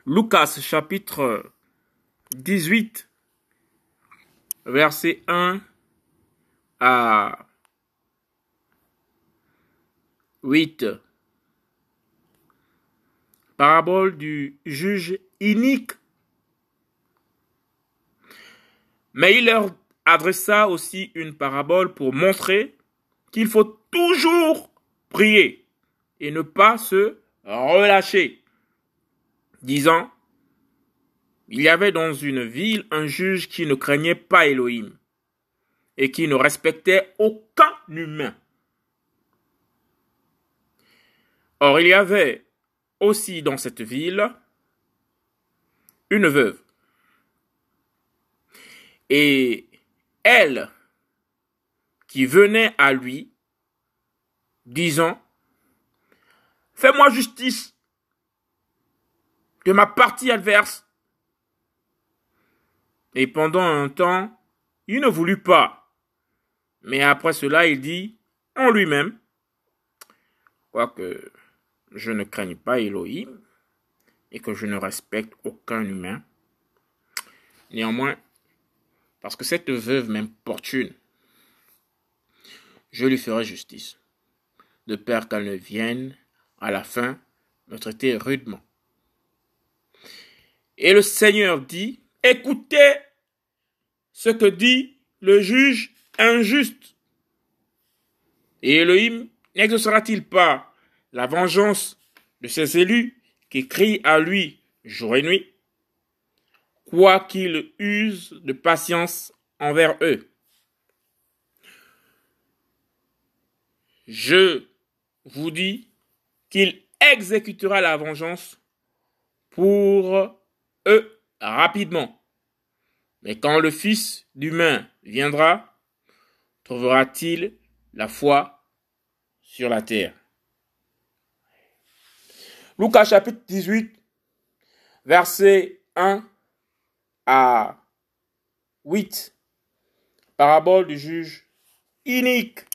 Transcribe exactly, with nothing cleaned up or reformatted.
Lucas chapitre dix-huit, verset un à huit. Parabole du juge inique. Mais il leur adressa aussi une parabole pour montrer qu'il faut toujours prier et ne pas se relâcher, disant: il y avait dans une ville un juge qui ne craignait pas Elohim et qui ne respectait aucun humain. Or, il y avait aussi dans cette ville une veuve. Et elle, qui venait à lui, disant: fais-moi justice de ma partie adverse. Et pendant un temps, il ne voulut pas. Mais après cela, il dit en lui-même: quoique je ne craigne pas Elohim et que je ne respecte aucun humain, néanmoins, parce que cette veuve m'importune, je lui ferai justice, de peur qu'elle ne vienne à la fin me traiter rudement. Et le Seigneur dit: écoutez ce que dit le juge injuste. Et Elohim n'exaucera-t-il pas la vengeance de ses élus qui crient à lui jour et nuit, quoiqu'il use de patience envers eux? Je vous dis qu'il exécutera la vengeance pour eux rapidement. Mais quand le Fils d'humain viendra, trouvera-t-il la foi sur la terre? Lucas chapitre dix-huit, versets un à huit. Parabole du juge inique.